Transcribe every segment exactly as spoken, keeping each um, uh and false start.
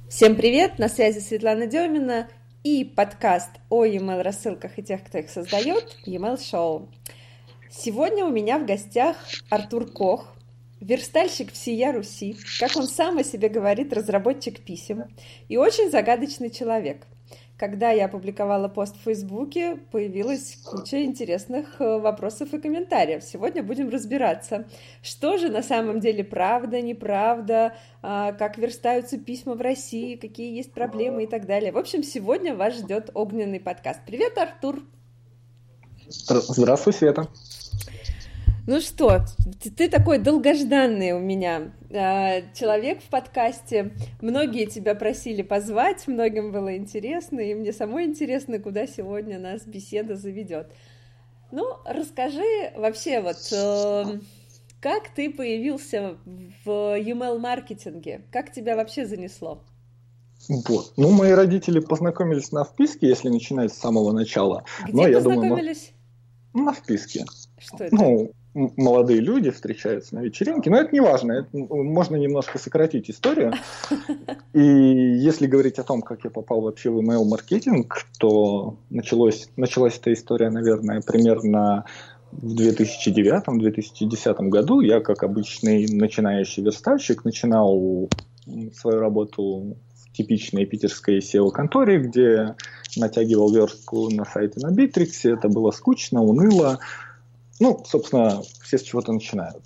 Всем привет! На связи Светлана Демина и подкаст о e-mail рассылках и тех, кто их создает, e-mail Show. Сегодня у меня в гостях Артур Кох, верстальщик всея Руси, как он сам о себе говорит, разработчик писем и очень загадочный человек. Когда я опубликовала пост в Фейсбуке, появилась куча интересных вопросов и комментариев. Сегодня будем разбираться, что же на самом деле правда, неправда, как верстаются письма в России, какие есть проблемы и так далее. В общем, сегодня вас ждет огненный подкаст. Привет, Артур! Здравствуй, Света! Ну что, ты такой долгожданный у меня человек в подкасте. Многие тебя просили позвать, многим было интересно, и мне самой интересно, куда сегодня нас беседа заведет. Ну, расскажи вообще, вот как ты появился в e-mail-маркетинге? Как тебя вообще занесло? Вот. Ну, мои родители познакомились на вписке, если начинать с самого начала. Где Но, я познакомились? Думаю, на, на вписке. Что это? Ну, молодые люди встречаются на вечеринке, но это не важно, это, можно немножко сократить историю. И если говорить о том, как я попал вообще в email-маркетинг, то началось, началась эта история, наверное, примерно в две тысячи девятом - две тысячи десятом году. Я, как обычный начинающий верстальщик, начинал свою работу в типичной питерской сео-конторе, где натягивал верстку на сайте на Битриксе. Это было скучно, уныло. Ну, собственно, все с чего-то начинают.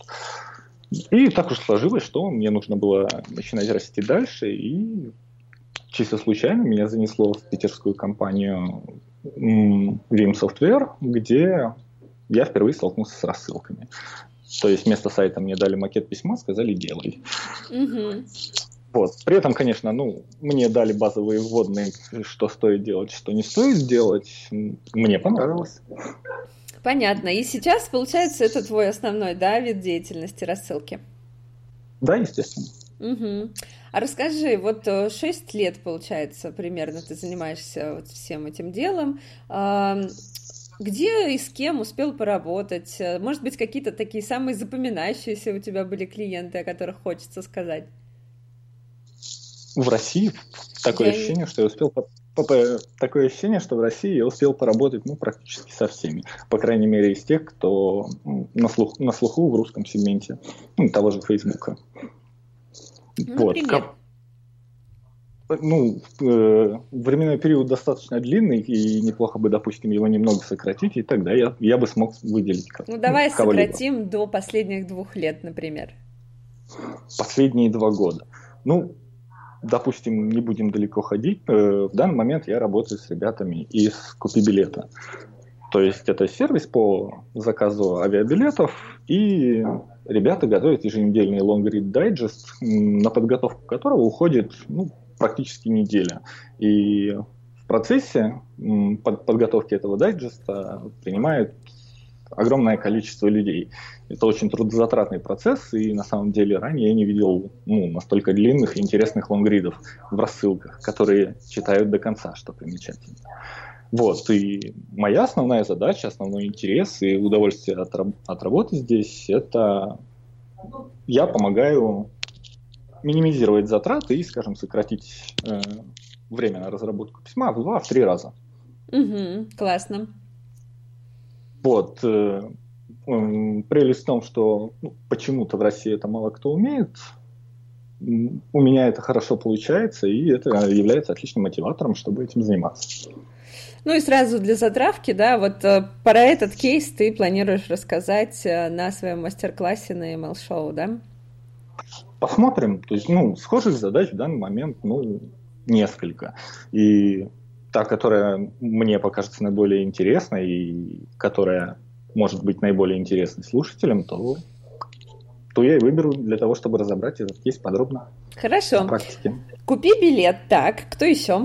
И так уж сложилось, что мне нужно было начинать расти дальше, и чисто случайно меня занесло в питерскую компанию Vim Software, где я впервые столкнулся с рассылками. То есть вместо сайта мне дали макет письма, сказали «делай». Угу. Вот. При этом, конечно, ну, мне дали базовые вводные, что стоит делать, что не стоит делать. Мне понравилось. Понятно. И сейчас, получается, это твой основной, да, вид деятельности, рассылки? Да, естественно. Угу. А расскажи, вот шесть лет, получается, примерно ты занимаешься вот всем этим делом. Где и с кем успел поработать? Может быть, какие-то такие самые запоминающиеся у тебя были клиенты, о которых хочется сказать? В России такое я... ощущение, что я успел... Такое ощущение, что в России я успел поработать ну, практически со всеми. По крайней мере, из тех, кто на, слух, на слуху в русском сегменте, ну, того же Фейсбука. Ну, вот. Например? Ну, э, временной период достаточно длинный, и неплохо бы, допустим, его немного сократить, и тогда я, я бы смог выделить как, Ну, давай ну, кого-либо. сократим до последних двух лет, например. Последние два года. Ну, допустим, не будем далеко ходить. В данный момент я работаю с ребятами из Купи Билета. То есть это сервис по заказу авиабилетов, и ребята готовят еженедельный Long Read Digest, на подготовку которого уходит ну, практически неделя. И в процессе подготовки этого дайджеста принимают огромное количество людей. Это очень трудозатратный процесс, и на самом деле ранее я не видел ну, настолько длинных и интересных лонгридов в рассылках, которые читают до конца, что примечательно. Вот, и моя основная задача, основной интерес и удовольствие от, от работы здесь, это я помогаю минимизировать затраты и, скажем, сократить э, время на разработку письма в два, в три раза. Угу, классно. Вот. Э, э, прелесть в том, что ну, почему-то в России это мало кто умеет. У меня это хорошо получается, и это является отличным мотиватором, чтобы этим заниматься. Ну и сразу для затравки, да, вот э, про этот кейс ты планируешь рассказать э, на своем мастер-классе на e-mail Show, да? Посмотрим. То есть, ну, схожих задач в данный момент, ну, несколько. И та, которая мне покажется наиболее интересной и которая может быть наиболее интересной слушателям, то, то я и выберу для того, чтобы разобрать этот кейс подробно. Хорошо. На практике. Купи билет. Так, кто еще?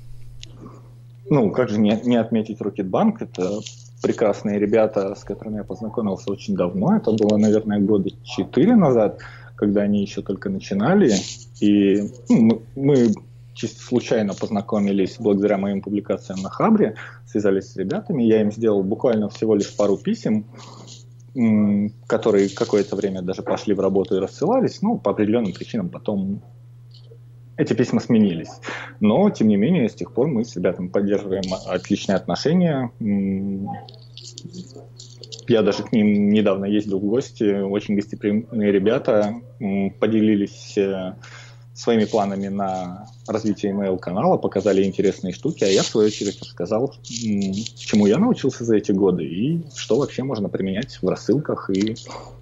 Ну, как же не, не отметить Рокетбанк? Это прекрасные ребята, с которыми я познакомился очень давно. Это было, наверное, года четыре назад, когда они еще только начинали. И ну, мы... мы чисто случайно познакомились благодаря моим публикациям на Хабре, связались с ребятами, я им сделал буквально всего лишь пару писем, которые какое-то время даже пошли в работу и рассылались, ну, по определенным причинам потом эти письма сменились. Но, тем не менее, с тех пор мы с ребятами поддерживаем отличные отношения. Я даже к ним недавно ездил в гости. Очень гостеприимные ребята, поделились своими планами на развитие email-канала, показали интересные штуки, а я, в свою очередь, рассказал, чему я научился за эти годы и что вообще можно применять в рассылках и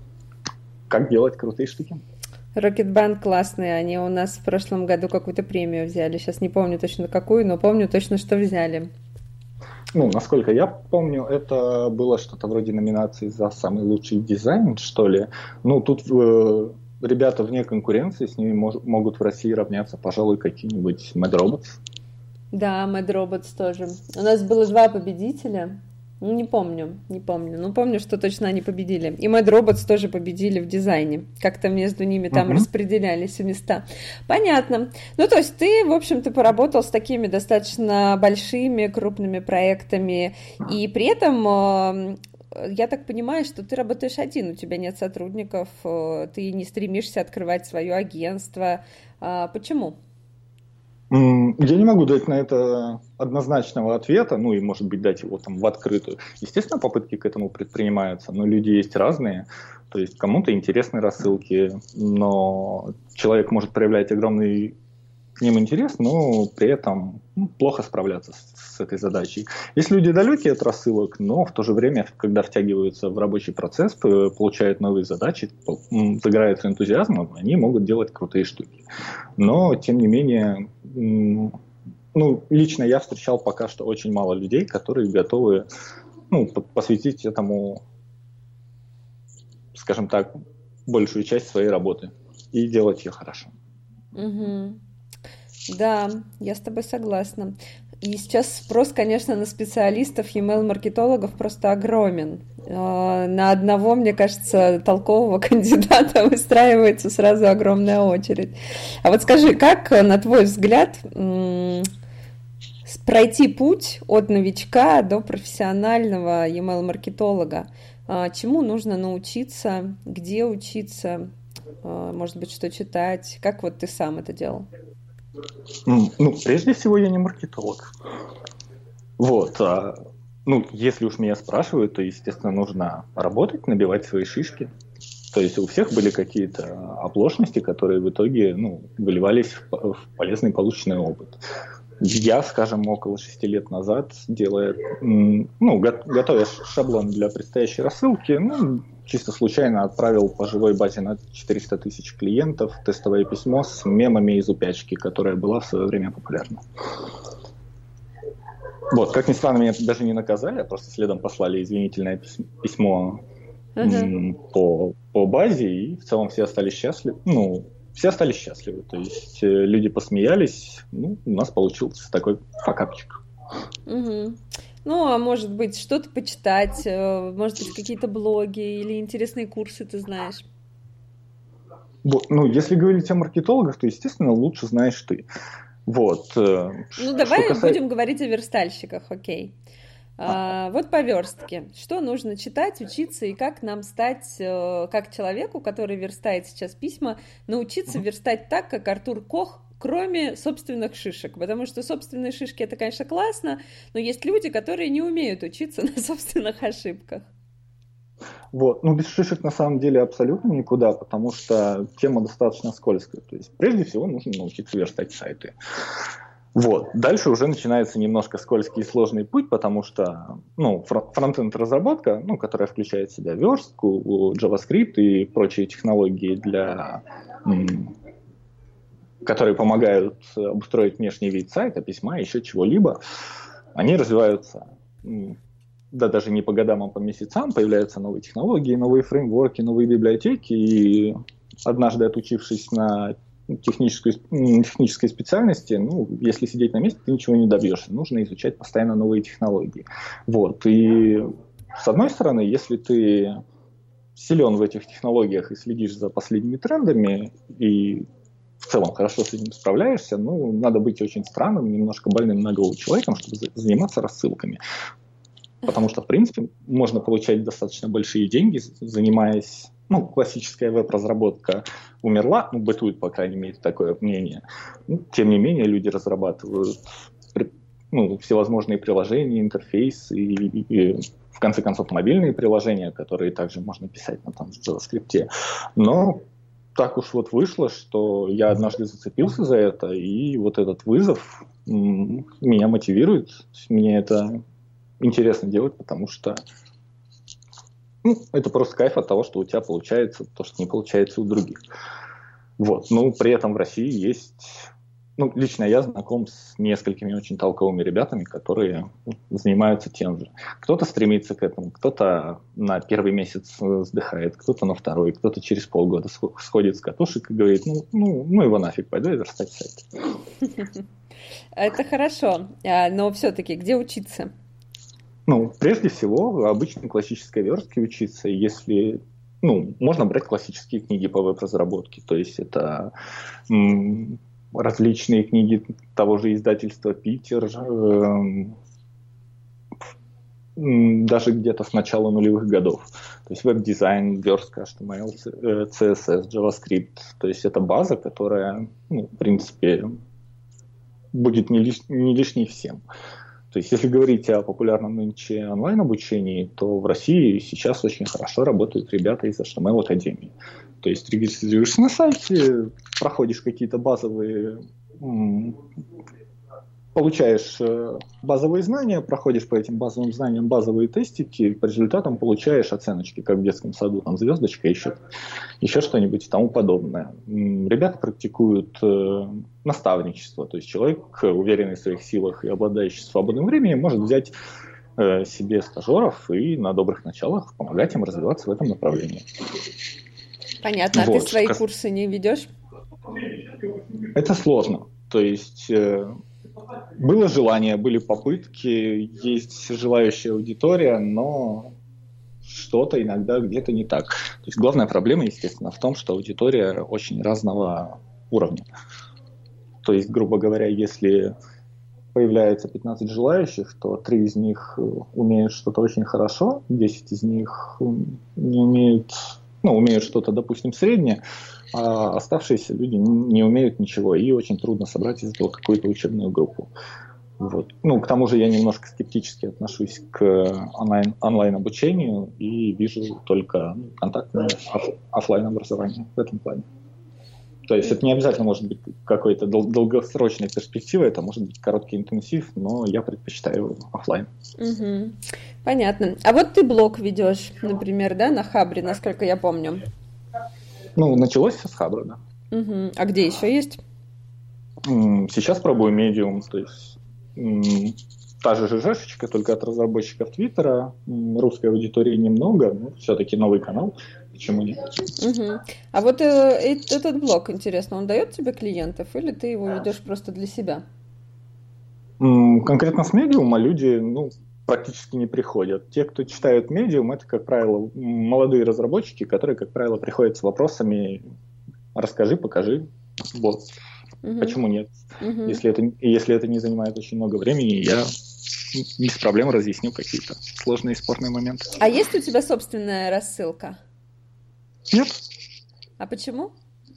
как делать крутые штуки. Рокетбанк классные, они у нас в прошлом году какую-то премию взяли, сейчас не помню точно какую, но помню точно, что взяли. Ну, насколько я помню, это было что-то вроде номинации за самый лучший дизайн, что ли. Ну, тут э, ребята вне конкуренции, с ними мож- могут в России равняться, пожалуй, какие-нибудь Mad Robots. Да, Mad Robots тоже. У нас было два победителя. Ну, не помню, не помню. Но помню, что точно они победили. И Mad Robots тоже победили в дизайне. Как-то между ними там uh-huh. распределялись места. Понятно. Ну, то есть ты, в общем-то, поработал с такими достаточно большими, крупными проектами. И при этом, я так понимаю, что ты работаешь один, у тебя нет сотрудников, ты не стремишься открывать свое агентство. Почему? Я не могу дать на это однозначного ответа, ну и, может быть, дать его там в открытую. Естественно, попытки к этому предпринимаются, но люди есть разные. То есть кому-то интересны рассылки, но человек может проявлять огромный к ним интерес, но при этом ну, плохо справляться с, с этой задачей. Есть люди далекие от рассылок, но в то же время, когда втягиваются в рабочий процесс, получают новые задачи, загораются энтузиазмом, они могут делать крутые штуки. Но, тем не менее, ну, лично я встречал пока что очень мало людей, которые готовы ну, посвятить этому, скажем так, большую часть своей работы и делать ее хорошо. Угу. Да, я с тобой согласна. И сейчас спрос, конечно, на специалистов, email-маркетологов просто огромен. На одного, мне кажется, толкового кандидата выстраивается сразу огромная очередь. А вот скажи, как, на твой взгляд, пройти путь от новичка до профессионального email-маркетолога? Чему нужно научиться, где учиться, может быть, что читать? Как вот ты сам это делал? Ну, прежде всего, я не маркетолог. Вот. А, ну, если уж меня спрашивают, то, естественно, нужно работать, набивать свои шишки. То есть у всех были какие-то оплошности, которые в итоге ну, выливались в, в полезный полученный опыт. Я, скажем, около шести лет назад, делая, ну, го- готовя шаблон для предстоящей рассылки, ну, чисто случайно отправил по живой базе на четыреста тысяч клиентов тестовое письмо с мемами из упячки, которая была в свое время популярна. Вот, как ни странно, меня даже не наказали, а просто следом послали извинительное письмо uh-huh. по, по базе, и в целом все остались счастливы. Ну, все остались счастливы. То есть люди посмеялись, ну, у нас получился такой факапчик. Uh-huh. Ну, а может быть, что-то почитать, может быть, какие-то блоги или интересные курсы ты знаешь? Ну, если говорить о маркетологах, то, естественно, лучше знаешь ты. Вот. Ну, давай касается... будем говорить о верстальщиках, окей. А, а. Вот по верстке. Что нужно читать, учиться и как нам стать, как человеку, который верстает сейчас письма, научиться верстать так, как Артур Кох, кроме собственных шишек, потому что собственные шишки — это, конечно, классно, но есть люди, которые не умеют учиться на собственных ошибках. Вот. Ну, без шишек на самом деле абсолютно никуда, потому что тема достаточно скользкая. То есть, прежде всего, нужно научиться верстать сайты. Вот. Дальше уже начинается немножко скользкий и сложный путь, потому что ну, фронтенд-разработка, ну, которая включает в себя верстку, JavaScript и прочие технологии для... которые помогают обустроить внешний вид сайта, письма, еще чего-либо, они развиваются, да даже не по годам, а по месяцам, появляются новые технологии, новые фреймворки, новые библиотеки, и однажды отучившись на технической, технической специальности, ну, если сидеть на месте, ты ничего не добьешься, нужно изучать постоянно новые технологии. Вот, и с одной стороны, если ты силен в этих технологиях и следишь за последними трендами, и в целом хорошо с этим справляешься, ну, надо быть очень странным, немножко больным на голову человеком, чтобы заниматься рассылками. Потому что, в принципе, можно получать достаточно большие деньги, занимаясь... Ну, классическая веб-разработка умерла, ну, бытует, по крайней мере, такое мнение. Ну, тем не менее, люди разрабатывают ну, всевозможные приложения, интерфейсы и, и, в конце концов, мобильные приложения, которые также можно писать на том же JavaScript. Но так уж вот вышло, что я однажды зацепился за это, и вот этот вызов м- меня мотивирует. Мне это интересно делать, потому что ну, это просто кайф от того, что у тебя получается то, что не получается у других. Вот. Ну, при этом в России есть... Ну, лично я знаком с несколькими очень толковыми ребятами, которые занимаются тем же. Кто-то стремится к этому, кто-то на первый месяц вздыхает, кто-то на второй, кто-то через полгода сходит с катушек и говорит, ну, ну, ну его нафиг, пойду я верстать сайт. Это хорошо, но все-таки где учиться? Ну, прежде всего, обычной классической верстке учиться, если... Ну, можно брать классические книги по веб-разработке, то есть это м, различные книги того же издательства «Питер», э, м, даже где-то с начала нулевых годов. То есть веб-дизайн, верстка, эйч ти эм эл, си эс эс, JavaScript. То есть это база, которая, ну, в принципе, будет не, лиш... не лишней всем. То есть, если говорить о популярном нынче онлайн-обучении, то в России сейчас очень хорошо работают ребята из эйч ти эм эл-академии. То есть, регистрируешься на сайте, проходишь какие-то базовые... М- получаешь э, базовые знания, проходишь по этим базовым знаниям базовые тестики, по результатам получаешь оценочки, как в детском саду, там звездочка, еще, еще что-нибудь и тому подобное. М- Ребята практикуют э, наставничество, то есть человек, уверенный в своих силах и обладающий свободным временем, может взять э, себе стажеров и на добрых началах помогать им развиваться в этом направлении. Понятно. А вот. ты свои курсы не ведешь? Это сложно. То есть... Э, Было желание, были попытки, есть желающая аудитория, но что-то иногда где-то не так. То есть главная проблема, естественно, в том, что аудитория очень разного уровня. То есть, грубо говоря, если появляется пятнадцать желающих, то три из них умеют что-то очень хорошо, десять из них не умеют, ну, умеют что-то, допустим, среднее, а оставшиеся люди не умеют ничего, и очень трудно собрать из этого какую-то учебную группу. Вот. Ну, к тому же я немножко скептически отношусь к онлайн, онлайн-обучению и вижу только ну, контактное оф, офлайн-образование в этом плане. То есть это не обязательно может быть какой-то дол- долгосрочной перспективой, это может быть короткий интенсив, но я предпочитаю офлайн. Угу. Понятно. А вот ты блог ведешь, например, да, на Хабре, насколько я помню. Ну, началось все с Хабра, да. Угу. А где еще есть? Сейчас пробую Medium, то есть м, та же ЖЖшечка, только от разработчиков Твиттера. Русской аудитории немного, но все-таки новый канал. Почему нет? Угу. А вот э, этот блог, интересно, он дает тебе клиентов или ты его ведешь просто для себя? М, Конкретно с Medium люди ну, практически не приходят. Те, кто читают Medium, это, как правило, молодые разработчики, которые, как правило, приходят с вопросами «расскажи, покажи». Вот. Угу. Почему нет? Угу. Если это, если это не занимает очень много времени, я без проблем разъясню какие-то сложные спорные моменты. А есть у тебя собственная рассылка? Нет. А почему?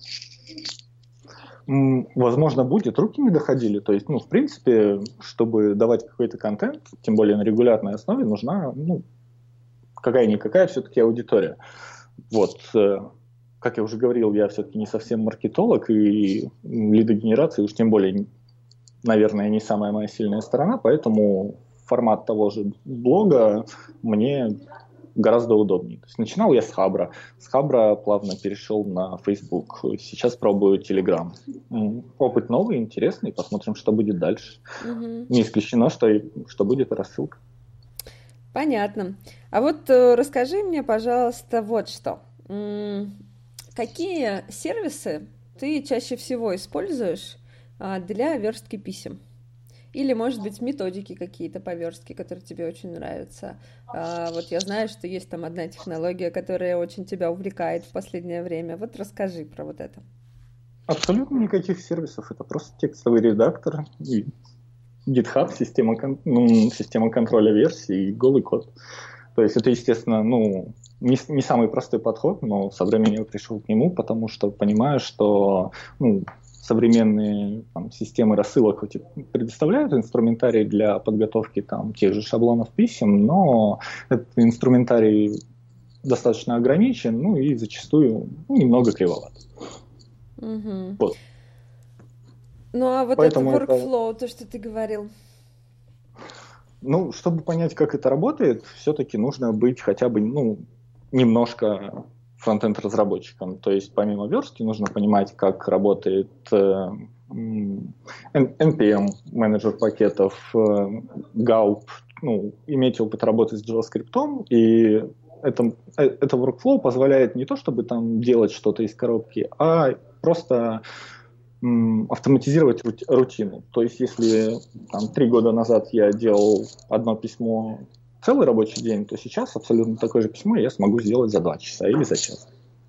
Возможно, будет, руки не доходили. То есть, ну, в принципе, чтобы давать какой-то контент, тем более на регулярной основе, нужна, ну, какая-никакая все-таки аудитория. Вот. Как я уже говорил, я все-таки не совсем маркетолог, и лидогенерация уж тем более, наверное, не самая моя сильная сторона, поэтому формат того же блога мне гораздо удобнее. То есть начинал я с Хабра. С Хабра плавно перешел на Facebook. Сейчас пробую Telegram. Опыт новый, интересный. Посмотрим, что будет дальше. Угу. Не исключено, что, что будет рассылка. Понятно. А вот э, расскажи мне, пожалуйста, вот что. М- какие сервисы ты чаще всего используешь а, для верстки писем? Или, может быть, методики какие-то по верстке, которые тебе очень нравятся. А, вот я знаю, что есть там одна технология, которая очень тебя увлекает в последнее время. Вот расскажи про вот это. Абсолютно никаких сервисов. Это просто текстовый редактор и GitHub, система, кон- ну, система контроля версий и голый код. То есть это, естественно, ну, не, не самый простой подход, но со временем я пришел к нему, потому что понимаю, что ну, современные там, системы рассылок хоть и предоставляют инструментарий для подготовки там, тех же шаблонов писем, но этот инструментарий достаточно ограничен, ну и зачастую ну, немного кривоват. Угу. Вот. Ну а вот Поэтому это workflow, это... то, что ты говорил. Ну, чтобы понять, как это работает, все-таки нужно быть хотя бы, ну, немножко фронтенд-разработчиком. То есть помимо верстки нужно понимать, как работает э, эн пи эм, менеджер пакетов, э, галп, ну, иметь опыт работы с JavaScript, и это, это workflow позволяет не то, чтобы там делать что-то из коробки, а просто автоматизировать рутину. То есть, если там, три года назад я делал одно письмо целый рабочий день, то сейчас абсолютно такое же письмо я смогу сделать за два часа или за час.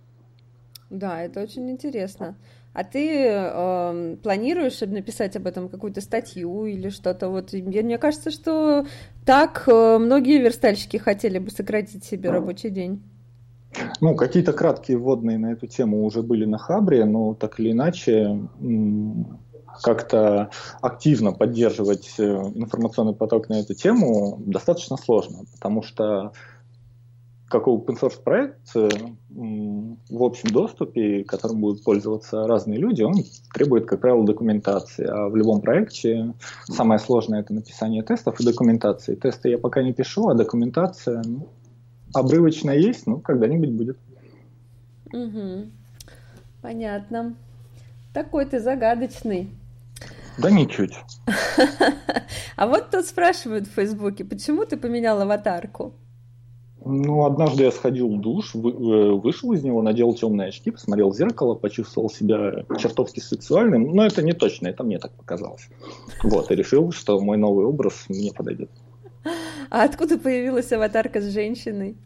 Да, это очень интересно. А ты э, планируешь написать об этом какую-то статью или что-то? Вот мне кажется, что так э, многие верстальщики хотели бы сократить себе рабочий день. Ну, какие-то краткие вводные на эту тему уже были на Хабре, но так или иначе как-то активно поддерживать информационный поток на эту тему достаточно сложно, потому что как open source проект в общем доступе, которым будут пользоваться разные люди, он требует, как правило, документации. А в любом проекте самое сложное — это написание тестов и документации. Тесты я пока не пишу, а документация... Ну, обрывочно есть, но когда-нибудь будет. Угу. Понятно. Такой ты загадочный. Да ничуть. А вот тут спрашивают в Фейсбуке, почему ты поменял аватарку? Ну, однажды я сходил в душ, вы, вышел из него, надел темные очки, посмотрел в зеркало, почувствовал себя чертовски сексуальным, но это не точно, это мне так показалось. Вот, и решил, что мой новый образ мне подойдет. А откуда появилась аватарка с женщиной?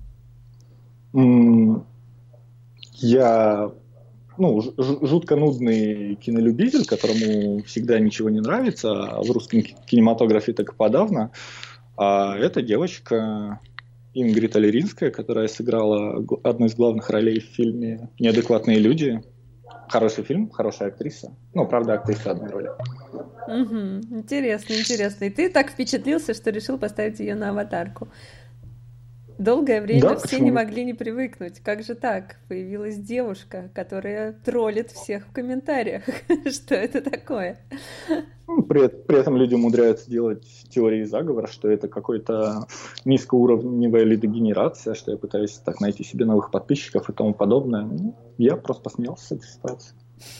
Я, ну, жутко нудный кинолюбитель, которому всегда ничего не нравится, а в русском кинематографе так и подавно. А эта девочка Ингрид Аллеринская, которая сыграла одну из главных ролей в фильме «Неадекватные люди». Хороший фильм, хорошая актриса. Ну, правда, актриса одной роли. Угу. Интересно, интересно. И ты так впечатлился, что решил поставить ее на аватарку. Долгое время да, все почему? не могли не привыкнуть. Как же так? Появилась девушка, которая троллит всех в комментариях. Что это такое? Ну, при, при этом люди умудряются делать теории заговора, что это какой-то низкоуровневая лидогенерация, что я пытаюсь так найти себе новых подписчиков и тому подобное. Ну, я просто посмеялся с этой ситуации.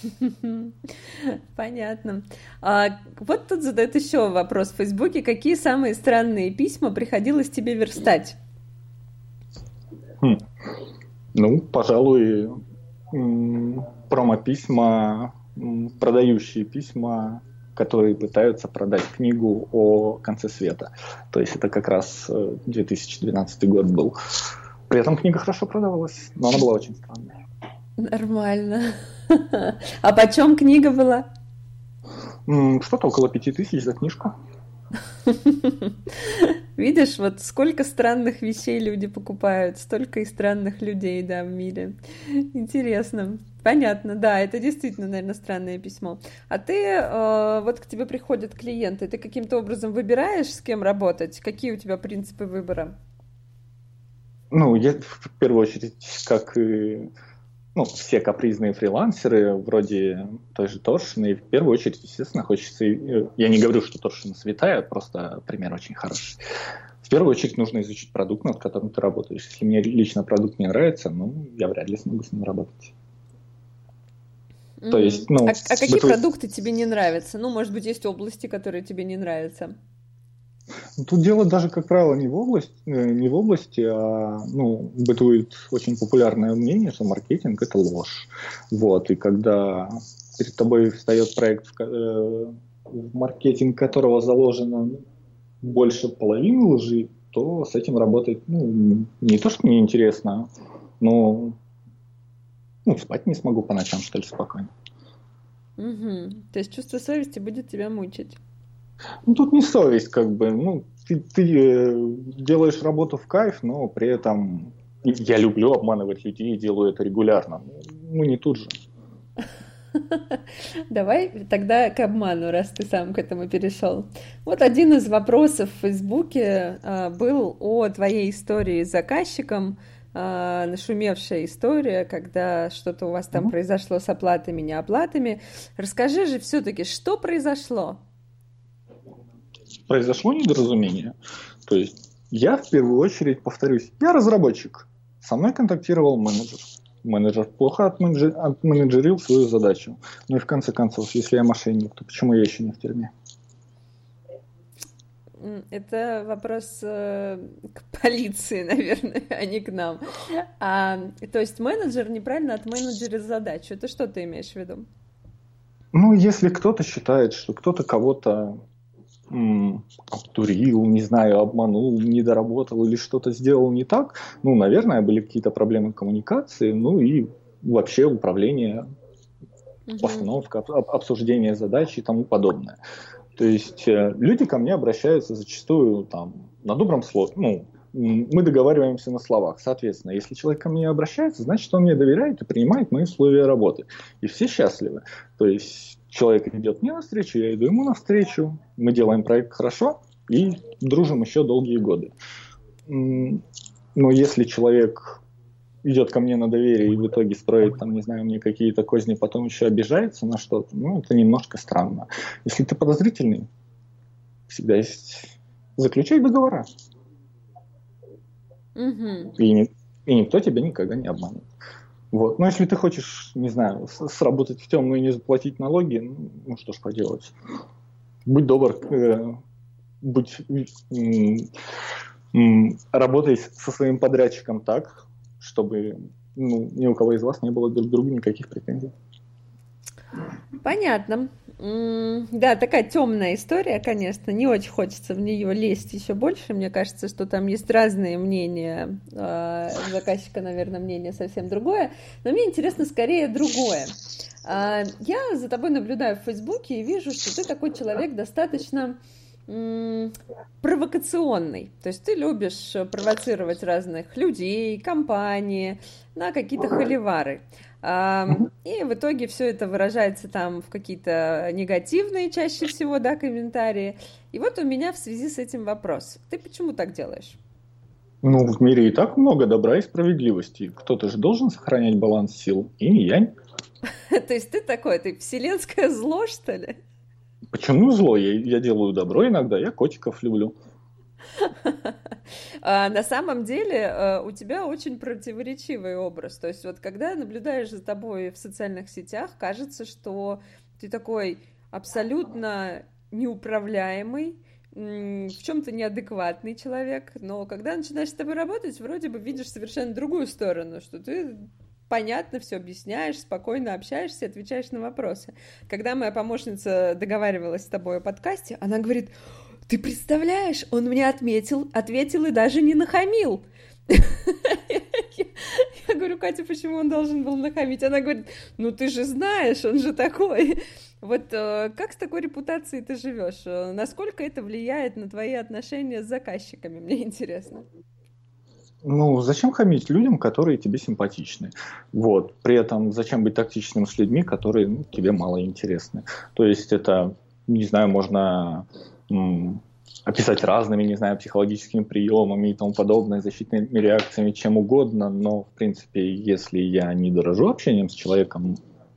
Понятно. А вот тут задают еще вопрос в Фейсбуке. Какие самые странные письма приходилось тебе верстать? Хм. Ну, пожалуй, м- промо-письма, м- продающие письма, которые пытаются продать книгу о конце света. То есть это как раз две тысячи двенадцатый год был. При этом книга хорошо продавалась, но она была очень странная. Нормально. А почем книга была? М- что-то около пяти тысяч за книжку. Видишь, вот сколько странных вещей люди покупают, столько и странных людей, да, в мире. Интересно. Понятно, да, это действительно, наверное, странное письмо. А ты, э, вот к тебе приходят клиенты, ты каким-то образом выбираешь, с кем работать? Какие у тебя принципы выбора? Ну, я в первую очередь, как и ну, все капризные фрилансеры, вроде той же Торшины, в первую очередь, естественно, хочется... Я не говорю, что Торшина святая, просто пример очень хороший. В первую очередь нужно изучить продукт, над которым ты работаешь. Если мне лично продукт не нравится, ну, я вряд ли смогу с ним работать. Mm-hmm. То есть, ну, а, а какие быту... продукты тебе не нравятся? Ну, может быть, есть области, которые тебе не нравятся? Тут дело даже, как правило, не в области, не в области, а ну, бытует очень популярное мнение, что маркетинг – это ложь. Вот, и когда перед тобой встает проект, в, в маркетинг которого заложено больше половины лжи, то с этим работать ну, не то, что неинтересно, но ну, спать не смогу по ночам, что ли, спокойно. Угу. То есть чувство совести будет тебя мучить. Ну, тут не совесть, как бы. Ну, ты, ты э, делаешь работу в кайф, но при этом я люблю обманывать людей и делаю это регулярно. Ну, не тут же. Давай тогда к обману, раз ты сам к этому перешел. Вот один из вопросов в Фейсбуке а, был о твоей истории с заказчиком, а, нашумевшая история, когда что-то у вас там Ну, произошло с оплатами, неоплатами. Расскажи же все-таки, что произошло? произошло недоразумение. То есть я в первую очередь, повторюсь, я разработчик. Со мной контактировал менеджер. Менеджер плохо отменеджер- отменеджерил свою задачу. Ну и в конце концов, если я мошенник, то почему я еще не в тюрьме? М, Это вопрос э, к полиции, наверное, а не к нам. А, то есть менеджер неправильно отменеджерил задачу. Это что ты имеешь в виду? Ну, если кто-то считает, что кто-то кого-то м, обдурил, не знаю, обманул, недоработал или что-то сделал не так, ну, наверное, были какие-то проблемы коммуникации, ну и вообще управление, Мгм. постановка, об- обсуждение задач и тому подобное. То есть э, люди ко мне обращаются зачастую там на добром слове. Ну, м, мы договариваемся на словах. Соответственно, если человек ко мне обращается, значит, он мне доверяет и принимает мои условия работы. И все счастливы. То есть человек идет мне навстречу, я иду ему навстречу. Мы делаем проект хорошо и дружим еще долгие годы. М, Но если человек идет ко мне на доверие и в итоге строит, там, не знаю, мне какие-то козни, потом еще обижается на что-то, ну, это немножко странно. Если ты подозрительный, всегда есть заключай договора, Мгм. и, ни- и никто тебя никогда не обманет. Вот. Но если ты хочешь, не знаю, с- сработать в темную и не заплатить налоги, ну, ну, что ж поделать. Будь добр, э, будь, м, м, работай с- со своим подрядчиком так, чтобы ну, ни у кого из вас не было друг к другу никаких претензий. Понятно. М, Да, такая темная история, конечно. Не очень хочется в нее лезть еще больше. Мне кажется, что там есть разные мнения. А, У заказчика, наверное, мнение совсем другое. Но мне интересно скорее другое. А, Я за тобой наблюдаю в Фейсбуке и вижу, что ты такой человек достаточно м, провокационный. То есть ты любишь провоцировать разных людей, компании на какие-то холивары. А, Мгм. И в итоге все это выражается там в какие-то негативные чаще всего, да, комментарии. И вот у меня в связи с этим вопрос. Ты почему так делаешь? Ну, в мире и так много добра и справедливости. Кто-то же должен сохранять баланс сил. Инь-янь. То есть ты такой, ты вселенское зло, что ли? Почему зло? Я, я делаю добро иногда, я котиков люблю. А на самом деле э, у тебя очень противоречивый образ. То есть вот когда наблюдаешь за тобой в социальных сетях, кажется, что ты такой абсолютно неуправляемый, м, в чем-то неадекватный человек, но когда начинаешь с тобой работать, вроде бы видишь совершенно другую сторону, что ты понятно все объясняешь, спокойно общаешься, отвечаешь на вопросы. Когда моя помощница договаривалась с тобой о подкасте, она говорит: ты представляешь, он мне отметил, ответил и даже не нахамил. Я говорю: Катя, почему он должен был нахамить? Она говорит: ну ты же знаешь, он же такой. Вот э, как с такой репутацией ты живешь? Э, Насколько это влияет на твои отношения с заказчиками? Мне интересно. Ну, зачем хамить людям, которые тебе симпатичны? Вот. При этом зачем быть тактичным с людьми, которые ну, тебе мало интересны? То есть это, не знаю, можно м, описать разными, не знаю, психологическими приемами и тому подобное, защитными реакциями, чем угодно, но, в принципе, если я не дорожу общением с человеком,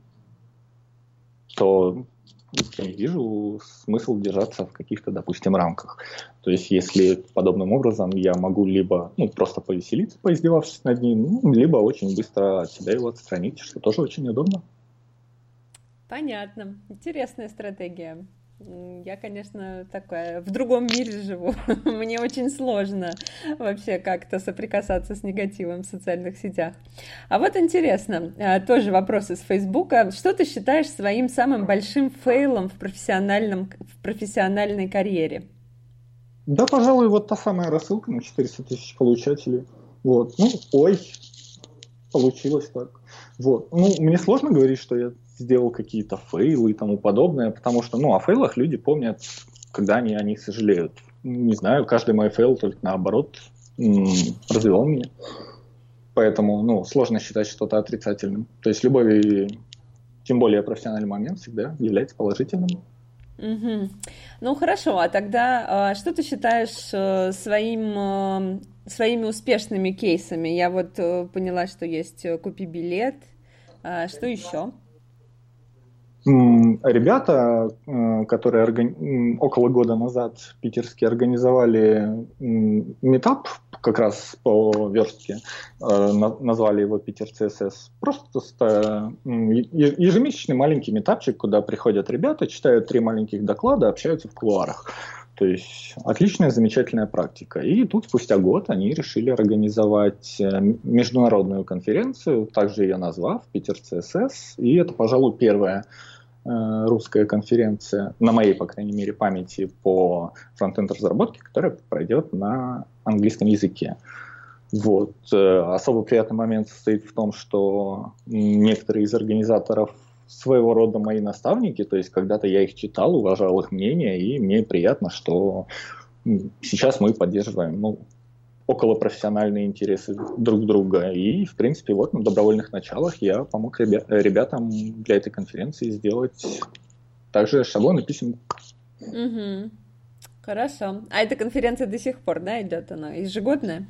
то я не вижу смысл держаться в каких-то, допустим, рамках. То есть, если подобным образом я могу либо ну, просто повеселиться, поиздевавшись над ним, ну, либо очень быстро от себя его отстранить, что тоже очень удобно. Понятно. Интересная стратегия. М, Я, конечно, такая в другом мире живу. Мне очень сложно вообще как-то соприкасаться с негативом в социальных сетях. А вот интересно, а, тоже вопрос из Фейсбука. Что ты считаешь своим самым большим фейлом в профессиональном, в профессиональной карьере? Да, пожалуй, вот та самая рассылка на четыреста тысяч получателей. Вот. Ну, ой, получилось так. Вот. Ну, мне сложно говорить, что я сделал какие-то фейлы и тому подобное, потому что, ну, о фейлах люди помнят когда они о них сожалеют. Не знаю, каждый мой фейл только наоборот развивал меня. Поэтому, ну, сложно считать что-то отрицательным. То есть любой, тем более профессиональный момент, всегда является положительным. Угу. Ну хорошо, а тогда что ты считаешь своим, своими успешными кейсами? Я вот поняла, что есть «Купи билет». Что еще? Ребята, которые органи... около года назад питерские организовали митап как раз по верстке, назвали его Питер си эс эс. Просто ежемесячный маленький митапчик, куда приходят ребята, читают три маленьких доклада, общаются в кулуарах. То есть отличная, замечательная практика. И тут спустя год они решили организовать международную конференцию, также ее назвав Питер си эс эс. И это, пожалуй, первая э, русская конференция, на моей, по крайней мере, памяти по фронтенд разработке, которая пройдет на английском языке. Вот. Особо приятный момент состоит в том, что некоторые из организаторов своего рода мои наставники, то есть когда-то я их читал, уважал их мнение, и мне приятно, что сейчас мы поддерживаем, ну, околопрофессиональные интересы друг друга. И, в принципе, вот на добровольных началах я помог ребя- ребятам для этой конференции сделать также шаблоны писем. Угу. Хорошо. А эта конференция до сих пор, да, идет она? Ежегодная?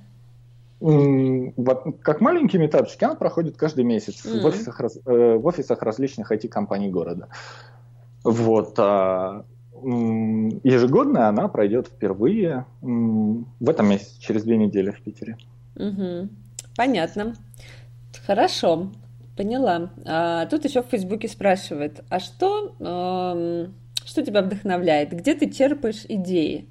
Как маленький метапчик, она проходит каждый месяц mm-hmm. в, офисах, в офисах различных ай ти-компаний города. Вот. А ежегодно она пройдет впервые в этом месяце, через две недели в Питере. Mm-hmm. Понятно. Хорошо, поняла. А, тут еще в Фейсбуке спрашивают, а что, э, что тебя вдохновляет? Где ты черпаешь идеи?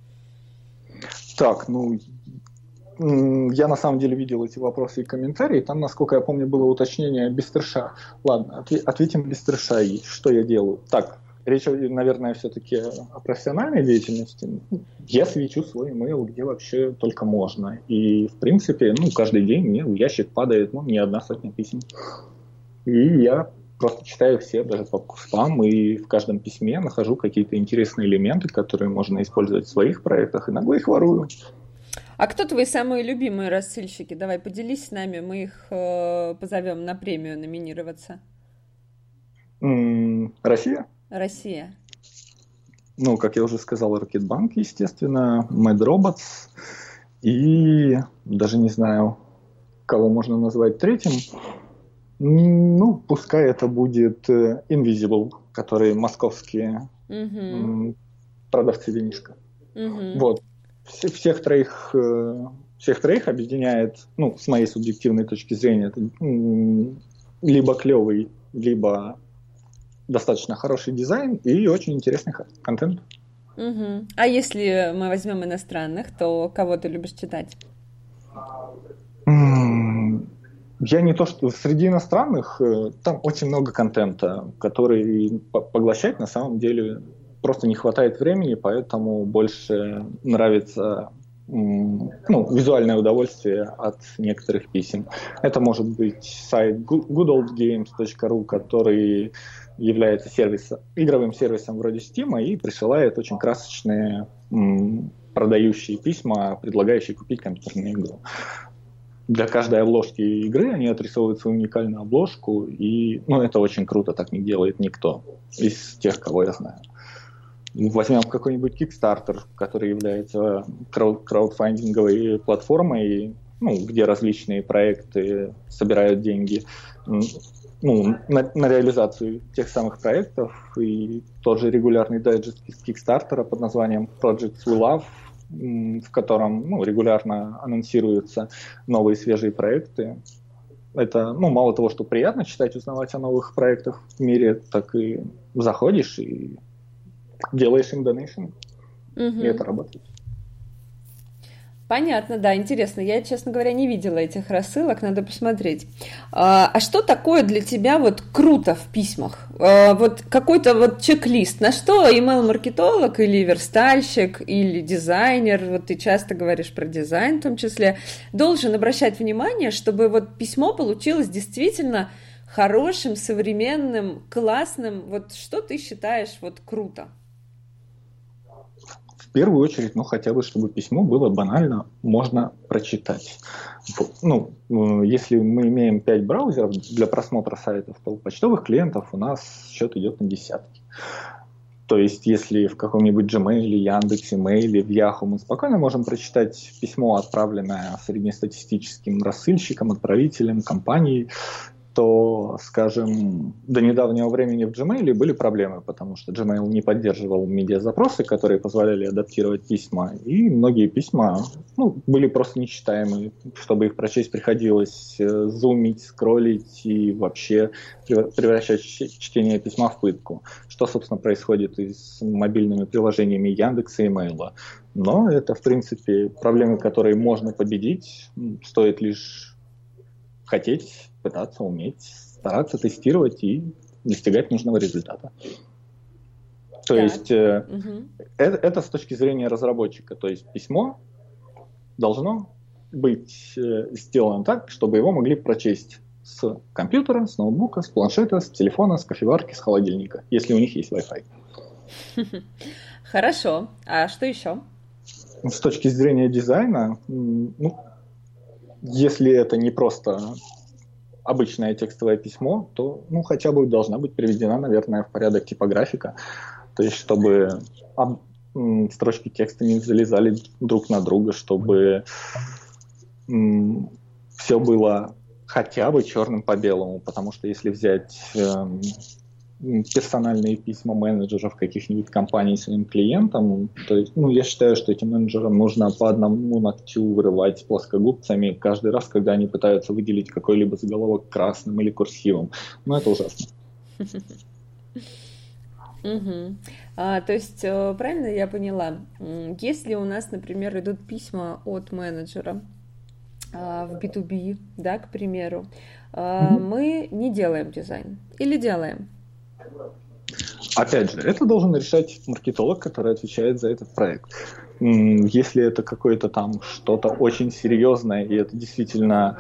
Так, ну... Я на самом деле видел эти вопросы и комментарии. Там, насколько я помню, было уточнение без трэша. Ладно, ответим без трэша. Что я делаю? Так, речь, наверное, все-таки о профессиональной деятельности. Я свечу свой email, где вообще только можно. И, в принципе, ну, каждый день мне в ящик падает, ну, не одна сотня писем. И я просто читаю все, даже папку спам, и в каждом письме нахожу какие-то интересные элементы, которые можно использовать в своих проектах, и иногда их ворую. А кто твои самые любимые рассыльщики? Давай, поделись с нами, мы их э, позовем на премию номинироваться. Mm, Россия? Россия. Ну, как я уже сказал, Рокетбанк, естественно, Mad Robots, и даже не знаю, кого можно назвать третьим. Ну, пускай это будет Invisible, которые московские mm-hmm. продавцы винишка. Mm-hmm. Вот. Всех троих, всех троих объединяет, ну, с моей субъективной точки зрения, это либо клевый, либо достаточно хороший дизайн и очень интересный контент. Угу. А если мы возьмем иностранных, то кого ты любишь читать? Я не то, что среди иностранных там очень много контента, который поглощать на самом деле просто не хватает времени, поэтому больше нравится ну, визуальное удовольствие от некоторых писем. Это может быть сайт good old games точка ru, который является сервисом, игровым сервисом вроде Steam и присылает очень красочные м, продающие письма, предлагающие купить компьютерную игру. Для каждой обложки игры они отрисовывают свою уникальную обложку, и ну, это очень круто, так не делает никто из тех, кого я знаю. Возьмем какой-нибудь Kickstarter, который является крауд- краудфандинговой платформой, ну, где различные проекты собирают деньги ну, на, на реализацию тех самых проектов. И тот же регулярный дайджест из Kickstarter под названием Projects We Love, в котором ну, регулярно анонсируются новые свежие проекты. Это, ну, мало того, что приятно читать, узнавать о новых проектах в мире, так и заходишь и делаешь им донейшн, угу. И это работает. Понятно, да, интересно. Я, честно говоря, не видела этих рассылок, надо посмотреть. А, а что такое для тебя вот круто в письмах? А, вот какой-то вот чек-лист, на что email-маркетолог или верстальщик, или дизайнер, вот ты часто говоришь про дизайн в том числе, должен обращать внимание, чтобы вот письмо получилось действительно хорошим, современным, классным. Вот что ты считаешь вот круто? в первую очередь, ну, хотя бы, чтобы письмо было банально можно прочитать. Ну, если мы имеем пять браузеров для просмотра сайтов, то у почтовых клиентов у нас счет идет на десятки. То есть, если в каком-нибудь Gmail, Яндексе, Mail, в Yahoo мы спокойно можем прочитать письмо, отправленное среднестатистическим рассыльщиком, отправителем, компанией, то, скажем, до недавнего времени в Gmail были проблемы, потому что Gmail не поддерживал медиазапросы, которые позволяли адаптировать письма, и многие письма ну, были просто нечитаемые. Чтобы их прочесть, приходилось зумить, скроллить и вообще превращать чтение письма в пытку, что, собственно, происходит и с мобильными приложениями Яндекса и Мейла. Но это, в принципе, проблемы, которые можно победить, стоит лишь хотеть, пытаться, уметь, стараться тестировать и достигать нужного результата. То так. есть э, угу. это, это с точки зрения разработчика. То есть письмо должно быть э, сделано так, чтобы его могли прочесть с компьютера, с ноутбука, с планшета, с телефона, с кофеварки, с холодильника, если у них есть Wi-Fi. Хорошо. А что еще? С точки зрения дизайна, ну, если это не просто обычное текстовое письмо, то ну, хотя бы должна быть приведена, наверное, в порядок типографика. То есть, чтобы об, м, строчки текста не залезали друг на друга, чтобы м, все было хотя бы черным по белому. Потому что если взять э, персональные письма менеджеров каких-нибудь компаний своим клиентам, то есть, ну, я считаю, что этим менеджерам нужно по одному ногтю вырывать плоскогубцами каждый раз, когда они пытаются выделить какой-либо заголовок красным или курсивом. Ну, это ужасно. Угу. А, то есть, правильно я поняла, если у нас, например, идут письма от менеджера а, в би ту би, да, к примеру, а, угу. мы не делаем дизайн или делаем? Опять же, это должен решать маркетолог, который отвечает за этот проект. Если это какое-то там что-то очень серьезное, и это действительно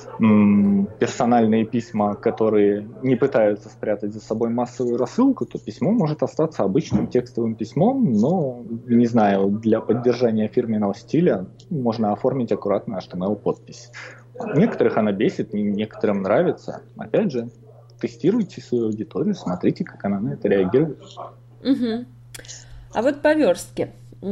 м, персональные письма, которые не пытаются спрятать за собой массовую рассылку, то письмо может остаться обычным текстовым письмом, но, не знаю, для поддержания фирменного стиля можно оформить аккуратно эйч ти эм эл-подпись. Некоторых она бесит, некоторым нравится. Опять же, тестируйте свою аудиторию, смотрите, как она на это реагирует. Угу. А вот по верстке.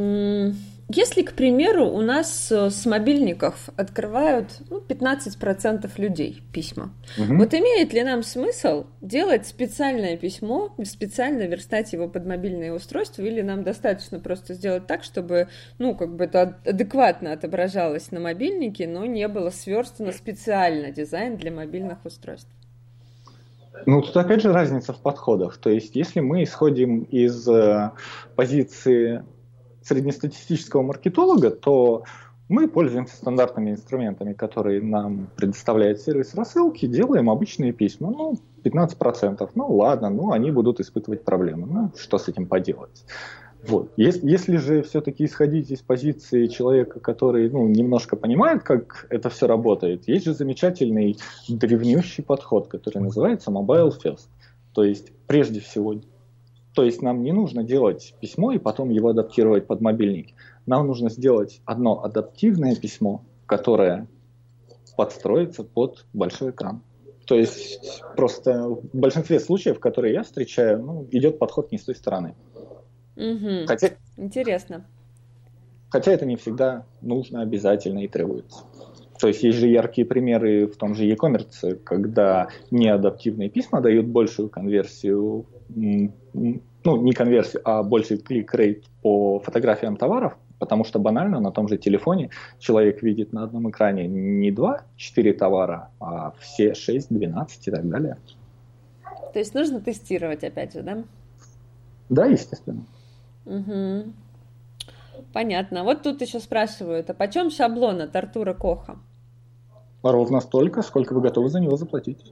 Если, к примеру, у нас с мобильников открывают ну, пятнадцать процентов людей письма, угу. вот имеет ли нам смысл делать специальное письмо, специально верстать его под мобильное устройство, или нам достаточно просто сделать так, чтобы ну, как бы это адекватно отображалось на мобильнике, но не было сверстано специально дизайн для мобильных устройств? Ну, тут опять же разница в подходах. То есть, если мы исходим из э, позиции среднестатистического маркетолога, то мы пользуемся стандартными инструментами, которые нам предоставляет сервис рассылки, делаем обычные письма. Ну, пятнадцать процентов. Ну, ладно, ну, они будут испытывать проблемы. Ну, что с этим поделать? Вот. Если, если же все-таки исходить из позиции человека, который ну, немножко понимает, как это все работает, есть же замечательный древнющий подход, который называется Mobile First. То есть, прежде всего, то есть нам не нужно делать письмо и потом его адаптировать под мобильник. Нам нужно сделать одно адаптивное письмо, которое подстроится под большой экран. То есть просто в большинстве случаев, которые я встречаю, ну, идет подход не с той стороны. Угу. Хотя, интересно. Хотя это не всегда нужно, обязательно и требуется. То есть есть же яркие примеры в том же e-commerce, когда неадаптивные письма дают большую конверсию, ну не конверсию, а больший клик-рейт по фотографиям товаров, потому что банально на том же телефоне человек видит на одном экране не два-четыре товара, а все шесть-двенадцать и так далее. То есть нужно тестировать опять же, да? Да, естественно. Угу. Понятно. Вот тут еще спрашивают, а почем шаблон от Артура Коха? Ровно столько, сколько вы готовы за него заплатить.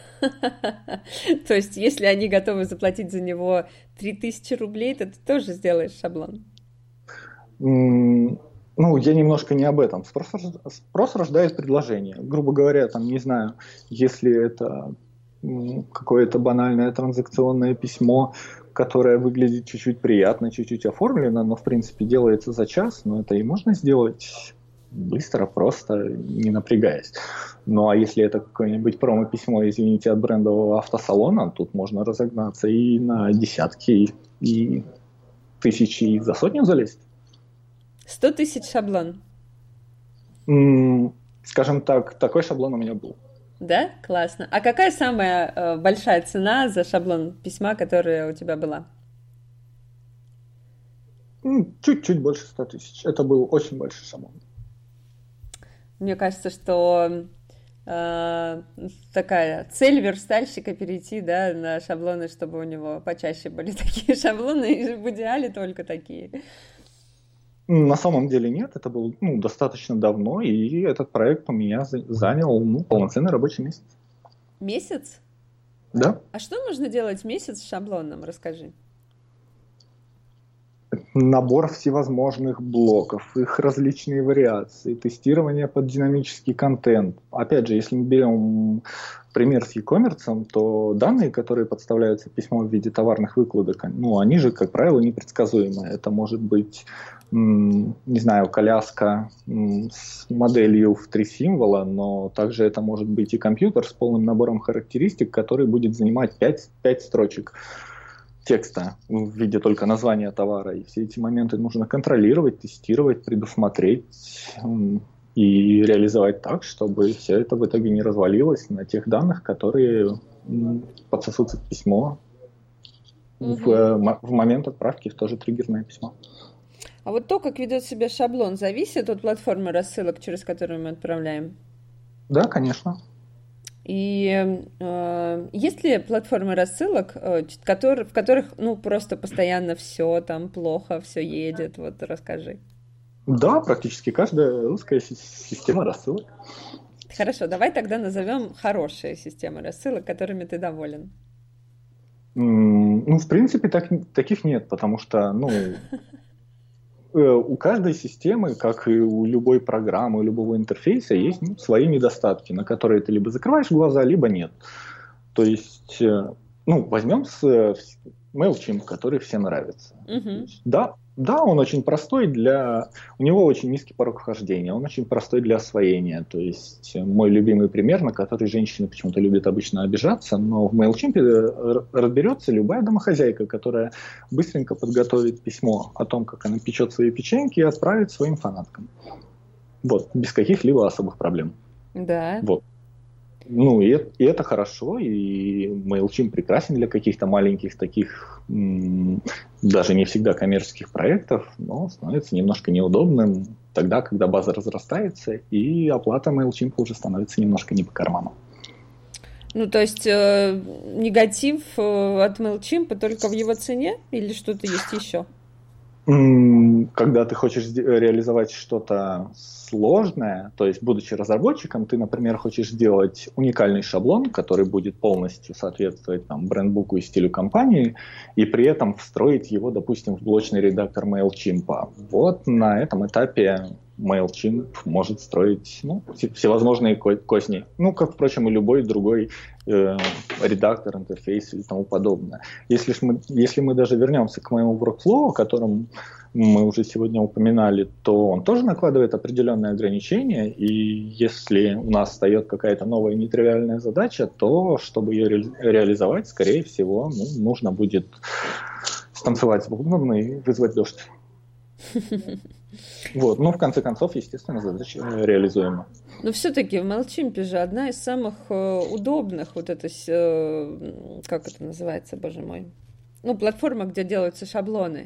То есть, если они готовы заплатить за него три тысячи рублей, то ты тоже сделаешь шаблон? Ну, я немножко не об этом. Спрос, спрос рождает предложение. Грубо говоря, там, не знаю, если это какое-то банальное транзакционное письмо, которая выглядит чуть-чуть приятно, чуть-чуть оформлена, но в принципе делается за час, но это и можно сделать быстро, просто, не напрягаясь. Ну а если это какое-нибудь промо-письмо, извините, от брендового автосалона, тут можно разогнаться и на десятки, и тысячи, и за сотню залезть. Сто тысяч шаблон? М-м, скажем так, такой шаблон у меня был. Да? Классно. А какая самая э, большая цена за шаблон письма, которая у тебя была? М, Чуть-чуть больше ста тысяч. Это был очень большой шаблон. Мне кажется, что э, такая цель верстальщика перейти, да, на шаблоны, чтобы у него почаще были такие шаблоны, и в идеале только такие. На самом деле нет, это было ну, достаточно давно, и этот проект у меня за- занял ну, полноценный рабочий месяц. Месяц? Да. А что нужно делать в месяц с шаблоном? Расскажи. Набор всевозможных блоков, их различные вариации, тестирование под динамический контент. Опять же, если мы берем пример с e-commerce, то данные, которые подставляются в письмо в виде товарных выкладок, ну, они же, как правило, непредсказуемы. Это может быть, м, не знаю, коляска м, с моделью в три символа, но также это может быть и компьютер с полным набором характеристик, который будет занимать пять, пять строчек текста в виде только названия товара. И все эти моменты нужно контролировать, тестировать, предусмотреть м, и реализовать так, чтобы все это в итоге не развалилось на тех данных, которые м, подсосутся в письмо Угу. в, м- в момент отправки в то же триггерное письмо. А вот то, как ведет себя шаблон, зависит от платформы рассылок, через которую мы отправляем? Да, конечно. И э, есть ли платформы рассылок, э, ч- котор- в которых, ну, просто постоянно все там плохо, все едет? Вот расскажи. Да, практически каждая русская си- система рассылок. Хорошо, давай тогда назовем хорошие системы рассылок, которыми ты доволен. М, Ну, в принципе, так, таких нет, потому что, ну, э, у каждой системы, как и у любой программы, у любого интерфейса, есть ну, свои недостатки, на которые ты либо закрываешь глаза, либо нет. То есть, э, ну, возьмем с э, с MailChimp, который всем нравится. То Угу. есть, да, да, он очень простой для... У него очень низкий порог вхождения, он очень простой для освоения. То есть, э, мой любимый пример, на который женщины почему-то любят обычно обижаться, но в MailChimp э, разберется любая домохозяйка, которая быстренько подготовит письмо о том, как она печет свои печеньки и отправит своим фанаткам. Вот, без каких-либо особых проблем. Да. Вот. Ну, и, и это хорошо, и MailChimp прекрасен для каких-то маленьких таких, м, даже не всегда коммерческих проектов, но становится немножко неудобным тогда, когда база разрастается, и оплата MailChimp уже становится немножко не по карману. Ну, то есть э, негатив э, от MailChimp только в его цене или что-то есть еще? М, Когда ты хочешь сде- реализовать что-то сложное, то есть, будучи разработчиком, ты, например, хочешь сделать уникальный шаблон, который будет полностью соответствовать там, брендбуку и стилю компании, и при этом встроить его, допустим, в блочный редактор MailChimp. Вот на этом этапе MailChimp может строить ну, все- всевозможные ко- козни. Ну, как, впрочем, и любой другой э, редактор, интерфейс и тому подобное. Если, ж мы, если мы даже вернемся к моему workflow, о котором мы уже сегодня упоминали, то он тоже накладывает определенные ограничения, и если у нас встает какая-то новая нетривиальная задача, то, чтобы ее ре- реализовать, скорее всего, ну, нужно будет станцевать с бубном и вызвать дождь. Вот. Но в конце концов, естественно, задача э, реализуема. Но все-таки в MailChimp же одна из самых э, удобных, вот это, с, э, как это называется, боже мой, ну, платформа, где делаются шаблоны.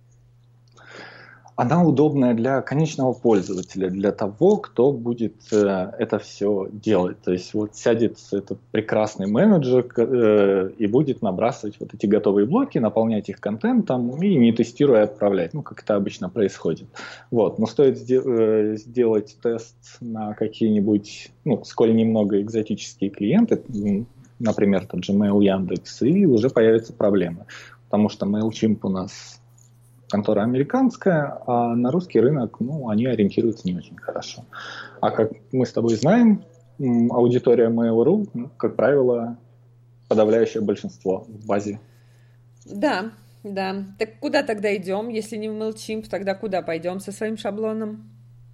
Она удобная для конечного пользователя, для того, кто будет э, это все делать. То есть вот сядет этот прекрасный менеджер э, и будет набрасывать вот эти готовые блоки, наполнять их контентом и не тестируя отправлять, ну, как это обычно происходит. Вот. Но стоит сде- э, сделать тест на какие-нибудь, ну, сколь немного экзотические клиенты, например, тот же Mail, Яндекс, и уже появятся проблемы. Потому что MailChimp у нас контора американская, а на русский рынок, ну, они ориентируются не очень хорошо. А как мы с тобой знаем, аудитория Mail.ru, ну, как правило, подавляющее большинство в базе. Да, да. Так куда тогда идем? Если не в MailChimp, тогда куда пойдем со своим шаблоном?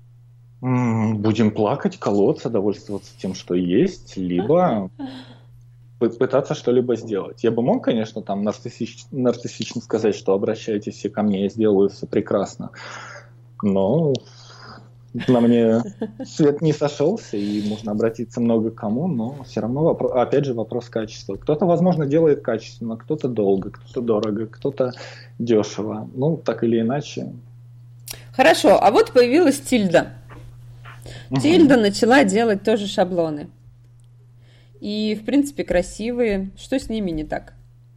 М, Будем плакать, колоться, довольствоваться тем, что есть, либо пы- пытаться что-либо сделать. Я бы мог, конечно, там нарциссич- нарциссично сказать, что обращайтесь все ко мне, я сделаю все прекрасно. Но на мне свет не сошелся, и можно обратиться много к кому, но все равно, вопро- опять же, вопрос качества. Кто-то, возможно, делает качественно, кто-то долго, кто-то дорого, кто-то дешево. Ну, так или иначе. Хорошо, а вот появилась Тильда. Мгм. Тильда начала делать тоже шаблоны. И, в принципе, красивые. Что с ними не так?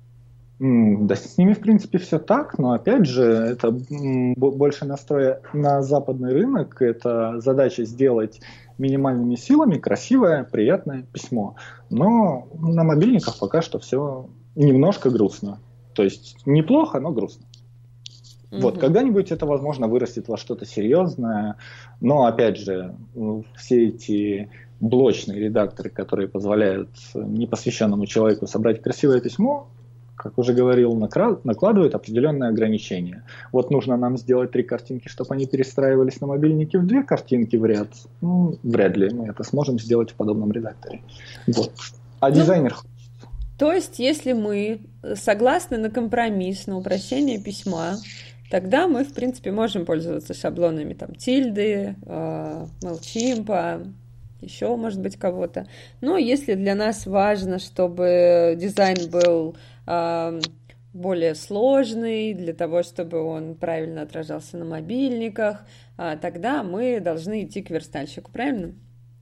М, Да, с ними, в принципе, все так, но, опять же, это м, бо- больше настроя на западный рынок. Это задача сделать минимальными силами красивое, приятное письмо. Но на мобильниках пока что все немножко грустно. То есть неплохо, но грустно. Вот, Мгм. когда-нибудь это, возможно, вырастет во что-то серьезное, но, опять же, м, все эти блочные редакторы, которые позволяют непосвященному человеку собрать красивое письмо, как уже говорил, накра- накладывают определенные ограничения. Вот нужно нам сделать три картинки, чтобы они перестраивались на мобильнике в две картинки в ряд. Ну, вряд ли мы это сможем сделать в подобном редакторе. Вот. А Ну, дизайнер... то есть, если мы согласны на компромисс, на упрощение письма, тогда мы, в принципе, можем пользоваться шаблонами там Тильды, э, MailChimp, еще, может быть, кого-то. Но если для нас важно, чтобы дизайн был э, более сложный, для того, чтобы он правильно отражался на мобильниках, а, тогда мы должны идти к верстальщику, правильно?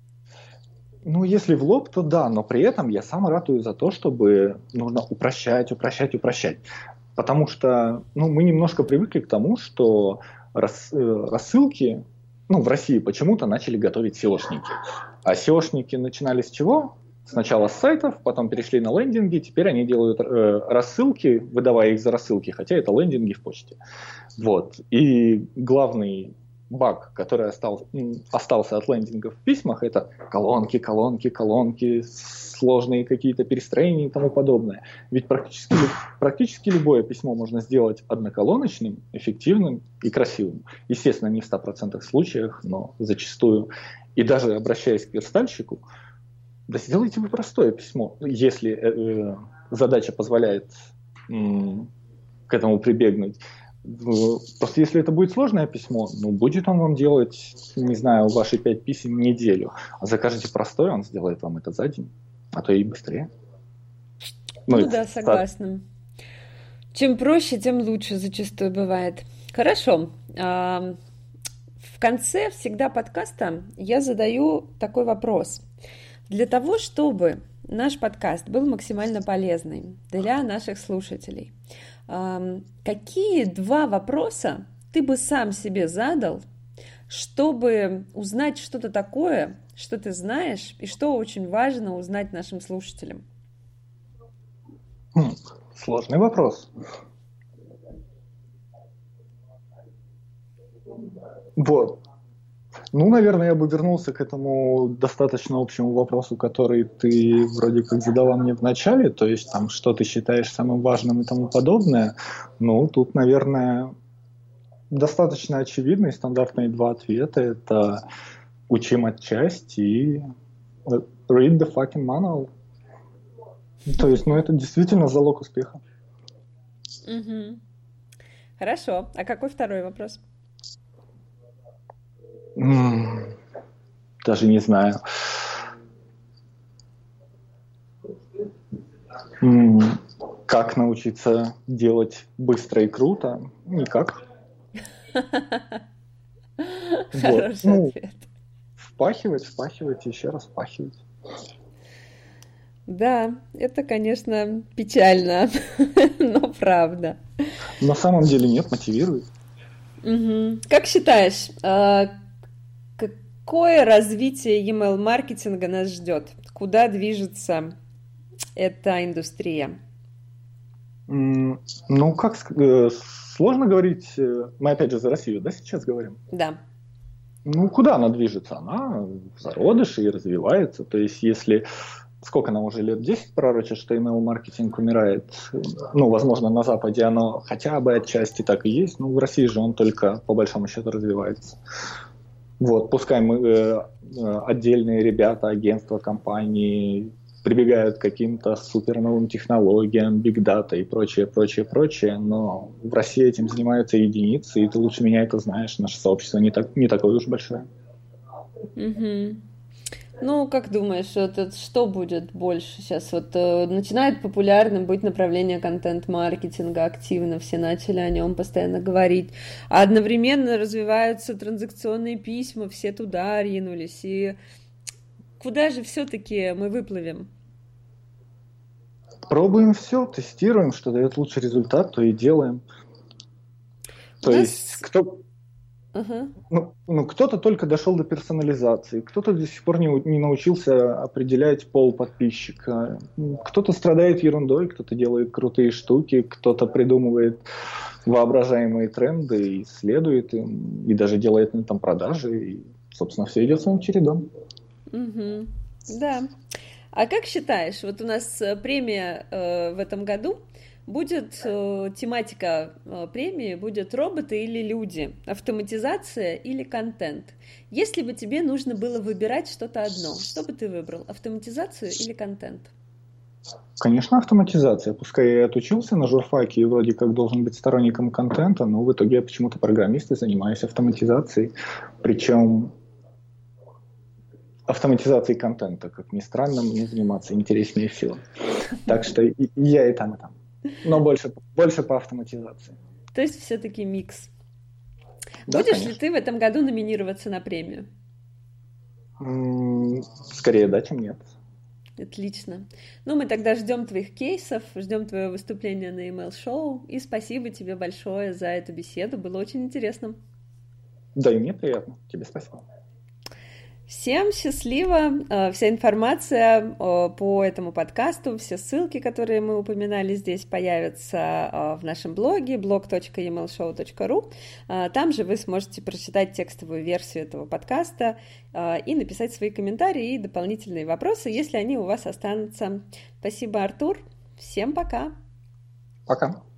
Ну, если в лоб, то да, но при этом я сам ратую за то, чтобы нужно упрощать, упрощать, упрощать. Потому что ну, мы немножко привыкли к тому, что рас, э, рассылки, ну, в России почему-то начали готовить сеошники. А сеошники начинали с чего? Сначала с сайтов, потом перешли на лендинги, теперь они делают э, рассылки, выдавая их за рассылки, хотя это лендинги в почте. Вот. И главный баг, который остался, остался от лендингов в письмах, это колонки, колонки, колонки, сложные какие-то перестроения и тому подобное. Ведь практически, практически любое письмо можно сделать одноколоночным, эффективным и красивым. Естественно, не в ста процентах случаях, но зачастую. И даже обращаясь к верстальщику, да сделайте вы простое письмо, если э, задача позволяет м, к этому прибегнуть. Просто если это будет сложное письмо, ну, будет он вам делать, не знаю, ваши пять писем в неделю. А закажете простое, он сделает вам это за день, а то и быстрее. Ну, Ну и, да, со- согласна. Чем проще, тем лучше зачастую бывает. Хорошо. А, В конце всегда подкаста я задаю такой вопрос. Для того, чтобы наш подкаст был максимально полезный для наших слушателей, ам, какие два вопроса ты бы сам себе задал, чтобы узнать что-то такое, что ты знаешь, и что очень важно узнать нашим слушателям? хм, сложный вопрос. Вот. Ну, наверное, я бы вернулся к этому достаточно общему вопросу, который ты вроде как задала мне в начале, то есть там, что ты считаешь самым важным и тому подобное. Ну, тут, наверное, достаточно очевидные стандартные два ответа. Это учим отчасти и read the fucking manual. То есть, ну, это действительно залог успеха. Мгм. Хорошо. А какой второй вопрос? М, Даже не знаю. М, Как научиться делать быстро и круто? Никак. Вот. Хороший Ну, ответ. впахивать, впахивать и еще раз впахивать. Да, это, конечно, печально, но правда. На самом деле нет, мотивирует. Мгм. Как считаешь, а, какое развитие email-маркетинга нас ждет? Куда движется эта индустрия? М, Ну, как ск- э, сложно говорить. э, Мы опять же за Россию, да, сейчас говорим? Да. Ну, куда она движется? Она в зародыше и развивается. То есть, если сколько нам уже лет, десять пророчит, что email-маркетинг умирает. Ну, возможно, на Западе оно хотя бы отчасти так и есть, но в России же он только, по большому счету, развивается. Вот, пускай мы, э, отдельные ребята, агентства, компании прибегают к каким-то супер новым технологиям, биг-дата и прочее, прочее, прочее, но в России этим занимаются единицы, и ты лучше меня это знаешь, наше сообщество не, так, не такое уж большое. Угу. Ну, как думаешь, вот, это что будет больше сейчас? Вот э, начинает популярным быть направление контент-маркетинга активно, все начали о нем постоянно говорить, а одновременно развиваются транзакционные письма, все туда ринулись, и куда же все-таки мы выплывем? Пробуем все, тестируем, что дает лучший результат, то и делаем. То У нас... есть кто... Ага. Ну, ну, кто-то только дошел до персонализации, кто-то до сих пор не, не научился определять пол подписчика, кто-то страдает ерундой, кто-то делает крутые штуки, кто-то придумывает воображаемые тренды и исследует им, и даже делает на этом продажи, и, собственно, все идет своим чередом. Угу. Да. А как считаешь, вот у нас премия э, в этом году будет, э, тематика э, премии будет роботы или люди, автоматизация или контент. Если бы тебе нужно было выбирать что-то одно, что бы ты выбрал, автоматизацию или контент? Конечно, автоматизация. Пускай я и отучился на журфаке и вроде как должен быть сторонником контента, но в итоге я почему-то программист и занимаюсь автоматизацией. Причем автоматизацией контента, как ни странно, мне заниматься интереснее всего. Так что и я и там, и там. Но больше, больше по автоматизации. То есть все-таки микс. Да, Будешь конечно. ли ты в этом году номинироваться на премию? Скорее да, чем нет. Отлично. Ну, мы тогда ждем твоих кейсов, ждем твоего выступления на Email Show. И спасибо тебе большое за эту беседу. Было очень интересно. Да, и мне приятно. Тебе спасибо. Всем счастливо! Вся информация по этому подкасту, все ссылки, которые мы упоминали здесь, появятся в нашем блоге блог точка и мейл шоу точка ру. Там же вы сможете прочитать текстовую версию этого подкаста и написать свои комментарии и дополнительные вопросы, если они у вас останутся. Спасибо, Артур. Всем пока! Пока!